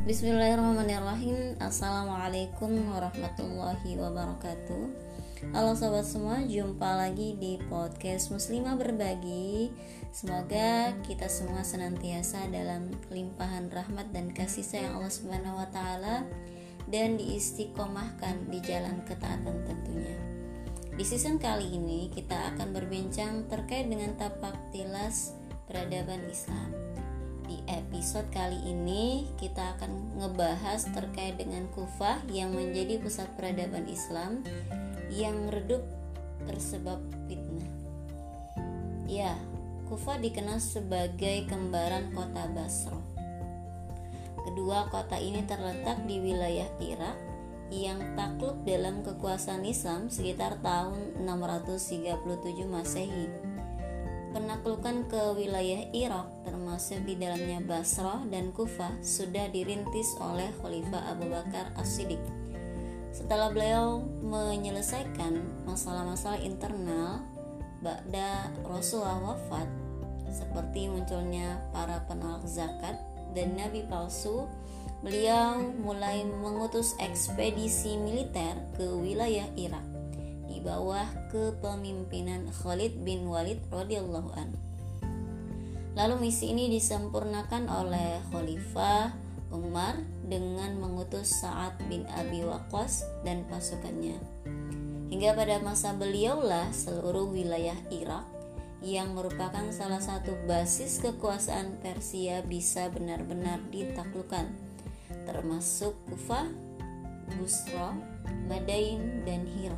Bismillahirrahmanirrahim. Assalamualaikum warahmatullahi wabarakatuh. Halo sobat semua, jumpa lagi di podcast Muslimah Berbagi. Semoga kita semua senantiasa dalam limpahan rahmat dan kasih sayang Allah Subhanahu wa taala dan diistiqomahkan di jalan ketaatan tentunya. Di season kali ini kita akan berbincang terkait dengan tapak tilas peradaban Islam. Di episode kali ini kita akan ngebahas terkait dengan Kufah yang menjadi pusat peradaban Islam yang redup tersebab fitnah. Ya, Kufah dikenal sebagai kembaran kota Basra. Kedua kota ini terletak di wilayah Irak yang takluk dalam kekuasaan Islam sekitar tahun 637 Masehi. Penaklukan ke wilayah Irak termasuk di dalamnya Basrah dan Kufah sudah dirintis oleh Khalifah Abu Bakar As-Siddiq. Setelah beliau menyelesaikan masalah-masalah internal ba'da Rasulullah wafat, seperti munculnya para penolak zakat dan nabi palsu, beliau mulai mengutus ekspedisi militer ke wilayah Irak di bawah kepemimpinan Khalid bin Walid radhiyallahu an. Lalu misi ini disempurnakan oleh Khalifah Umar dengan mengutus Sa'ad bin Abi Waqqas dan pasukannya. Hingga pada masa beliaulah seluruh wilayah Irak yang merupakan salah satu basis kekuasaan Persia bisa benar-benar ditaklukkan, termasuk Kufah, Busra, Madain, dan Hira.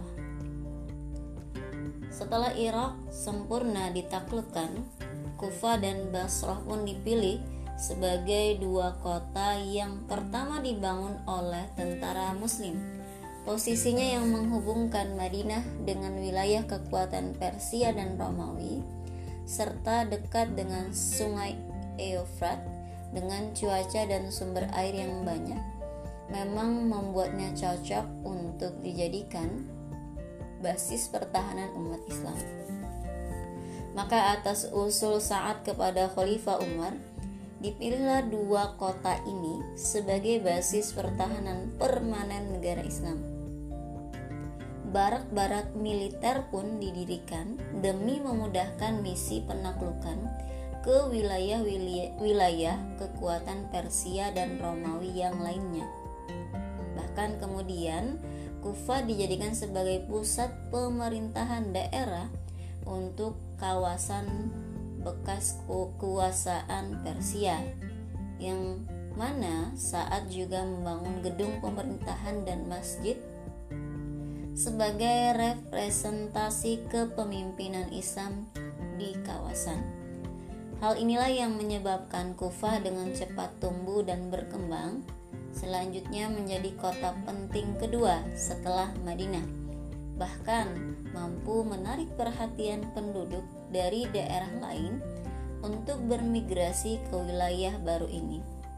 Setelah Irak sempurna ditaklukkan, Kufah dan Basrah pun dipilih sebagai dua kota yang pertama dibangun oleh tentara Muslim. Posisinya yang menghubungkan Madinah dengan wilayah kekuatan Persia dan Romawi, serta dekat dengan sungai Eufrat dengan cuaca dan sumber air yang banyak, memang membuatnya cocok untuk dijadikan basis pertahanan umat Islam. Maka atas usul Sa'ad kepada Khalifah Umar, dipilihlah dua kota ini sebagai basis pertahanan permanen negara Islam. Barak-barak militer pun didirikan demi memudahkan misi penaklukan ke wilayah kekuatan Persia dan Romawi yang lainnya. Bahkan kemudian Kufah dijadikan sebagai pusat pemerintahan daerah untuk kawasan bekas kekuasaan Persia, yang mana Sa'ad juga membangun gedung pemerintahan dan masjid sebagai representasi kepemimpinan Islam di kawasan. Hal inilah yang menyebabkan Kufah dengan cepat tumbuh dan berkembang, selanjutnya menjadi kota penting kedua setelah Madinah, bahkan mampu menarik perhatian penduduk dari daerah lain untuk bermigrasi ke wilayah baru ini.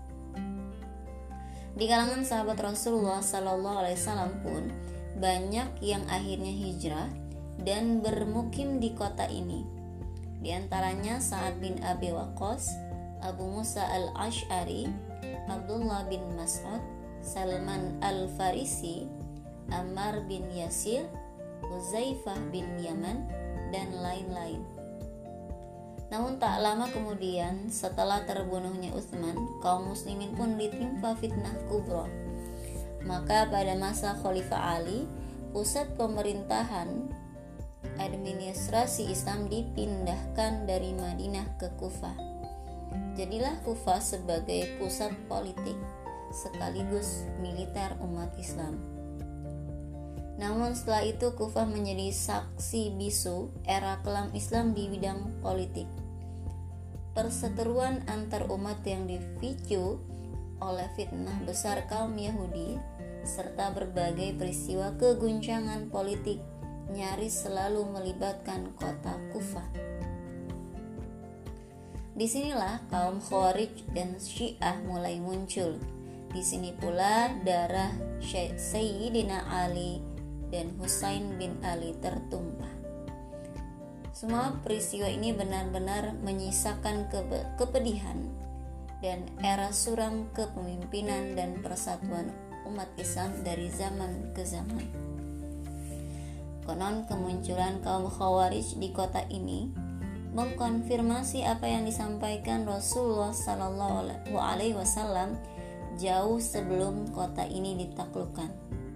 Di kalangan sahabat Rasulullah SAW pun banyak yang akhirnya hijrah dan bermukim di kota ini. Di antaranya Sa'ad bin Abi Waqqas, Abu Musa al-Ash'ari, Abdullah bin Mas'ud, Salman al-Farisi, Ammar bin Yasir, Huzaifah bin Yaman, dan lain-lain. Namun tak lama kemudian setelah terbunuhnya Utsman, kaum muslimin pun ditimpa fitnah kubra. Maka pada masa Khalifah Ali, pusat pemerintahan administrasi Islam dipindahkan dari Madinah ke Kufah. Jadilah Kufah sebagai pusat politik sekaligus militer umat Islam. Namun setelah itu Kufah menjadi saksi bisu era kelam Islam di bidang politik. Perseteruan antar umat yang dipicu oleh fitnah besar kaum Yahudi serta berbagai peristiwa keguncangan politik nyaris selalu melibatkan kota Kufah. Disinilah kaum Khawarij dan Syiah mulai muncul. Di sini pula darah Sayyidina Ali dan Husain bin Ali tertumpah. Semua peristiwa ini benar-benar menyisakan kepedihan dan era suram kepemimpinan dan persatuan umat Islam dari zaman ke zaman. Konon kemunculan kaum Khawarij di kota ini mengkonfirmasi apa yang disampaikan Rasulullah SAW jauh sebelum kota ini ditaklukkan.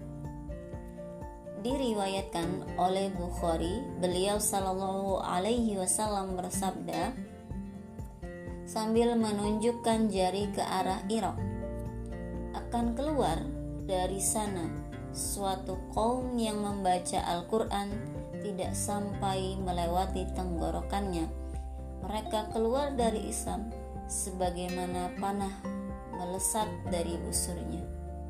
Diriwayatkan oleh Bukhari, beliau SAW bersabda sambil menunjukkan jari ke arah Irak, akan keluar dari sana suatu kaum yang membaca Al-Quran tidak sampai melewati tenggorokannya. Mereka keluar dari Islam sebagaimana panah melesat dari busurnya.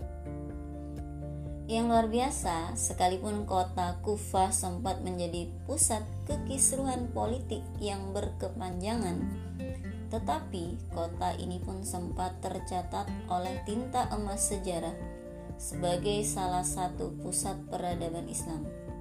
Yang luar biasa, sekalipun kota Kufah sempat menjadi pusat kekisruhan politik yang berkepanjangan, tetapi kota ini pun sempat tercatat oleh tinta emas sejarah sebagai salah satu pusat peradaban Islam.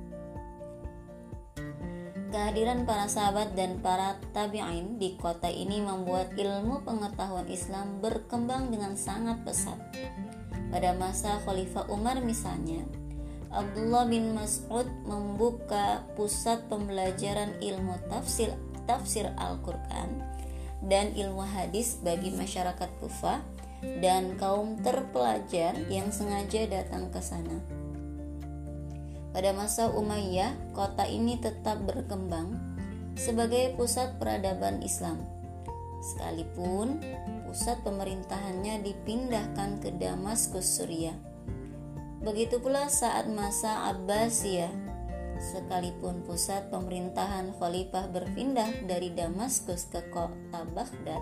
Kehadiran para sahabat dan para tabi'in di kota ini membuat ilmu pengetahuan Islam berkembang dengan sangat pesat. Pada masa Khalifah Umar misalnya, Abdullah bin Mas'ud membuka pusat pembelajaran ilmu tafsir Al-Quran dan ilmu hadis bagi masyarakat Kufah dan kaum terpelajar yang sengaja datang ke sana. Pada masa Umayyah, kota ini tetap berkembang sebagai pusat peradaban Islam, sekalipun pusat pemerintahannya dipindahkan ke Damaskus, Suriah. Begitu pula saat masa Abbasiyah, sekalipun pusat pemerintahan khalifah berpindah dari Damaskus ke kota Baghdad.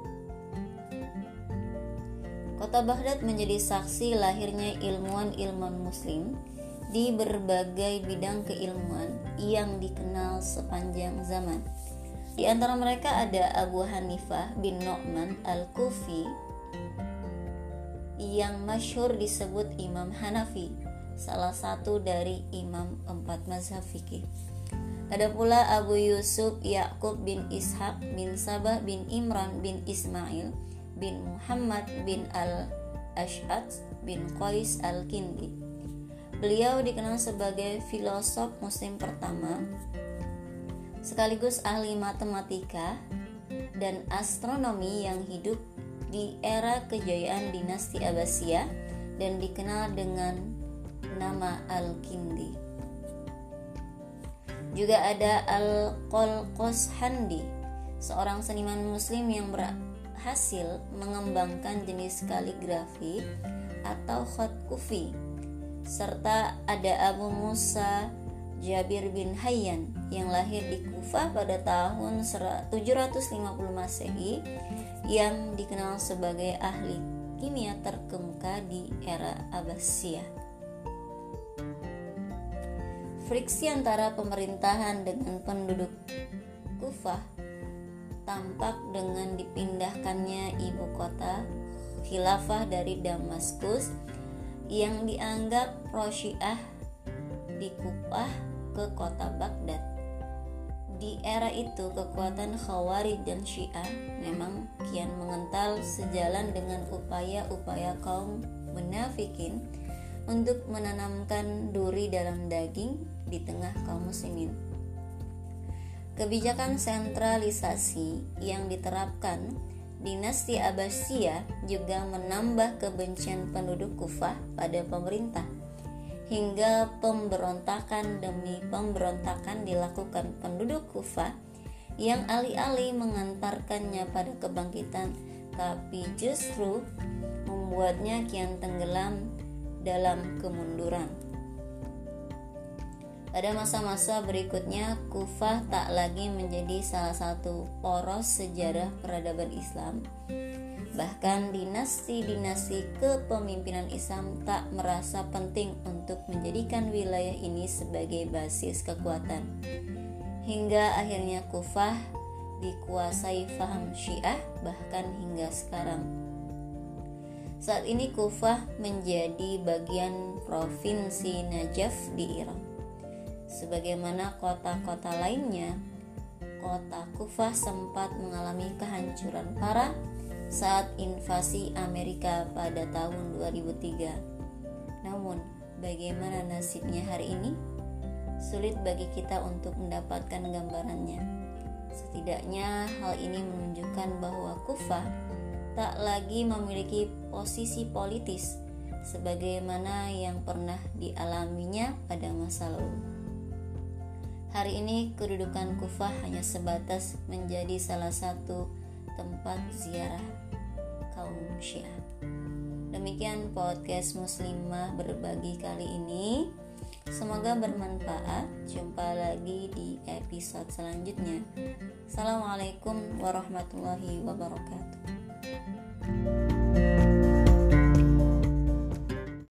Kota Baghdad menjadi saksi lahirnya ilmuwan-ilmuwan muslim di berbagai bidang keilmuan yang dikenal sepanjang zaman. Di antara mereka ada Abu Hanifah bin Nu'man al-Kufi yang masyhur disebut Imam Hanafi, salah satu dari imam 4 mazhab fikih. Ada pula Abu Yusuf Ya'qub bin Ishaq bin Sabah bin Imran bin Ismail bin Muhammad bin al-Ash'ad bin Qais al-Kindi. Beliau dikenal sebagai filosof muslim pertama, sekaligus ahli matematika dan astronomi yang hidup di era kejayaan dinasti Abbasiyah dan dikenal dengan nama Al-Kindi. Juga ada Al-Qalqashandi, seorang seniman muslim yang berhasil mengembangkan jenis kaligrafi atau khat kufi. Serta ada Abu Musa Jabir bin Hayyan yang lahir di Kufah pada tahun 750 Masehi, yang dikenal sebagai ahli kimia terkemuka di era Abbasiyah. Friksi antara pemerintahan dengan penduduk Kufah tampak dengan dipindahkannya ibu kota khilafah dari Damaskus yang dianggap pro-Syiah di Kufah ke kota Baghdad. Di era itu kekuatan Khawarij dan Syiah memang kian mengental sejalan dengan upaya-upaya kaum munafikin untuk menanamkan duri dalam daging di tengah kaum muslimin. Kebijakan sentralisasi yang diterapkan dinasti Abbasiyah juga menambah kebencian penduduk Kufah pada pemerintah, hingga pemberontakan demi pemberontakan dilakukan penduduk Kufah yang alih-alih mengantarkannya pada kebangkitan, tapi justru membuatnya kian tenggelam dalam kemunduran. Pada masa-masa berikutnya, Kufah tak lagi menjadi salah satu poros sejarah peradaban Islam. Bahkan dinasti-dinasti kepemimpinan Islam tak merasa penting untuk menjadikan wilayah ini sebagai basis kekuatan. Hingga akhirnya Kufah dikuasai faham Syiah bahkan hingga sekarang. Saat ini Kufah menjadi bagian provinsi Najaf di Irak. Sebagaimana kota-kota lainnya, kota Kufah sempat mengalami kehancuran parah saat invasi Amerika pada tahun 2003. Namun, bagaimana nasibnya hari ini? Sulit bagi kita untuk mendapatkan gambarannya. Setidaknya hal ini menunjukkan bahwa Kufah tak lagi memiliki posisi politis sebagaimana yang pernah dialaminya pada masa lalu. Hari ini kedudukan Kufah hanya sebatas menjadi salah satu tempat ziarah kaum Syiah. Demikian podcast Muslimah berbagi kali ini. Semoga bermanfaat. Jumpa lagi di episode selanjutnya. Assalamualaikum warahmatullahi wabarakatuh.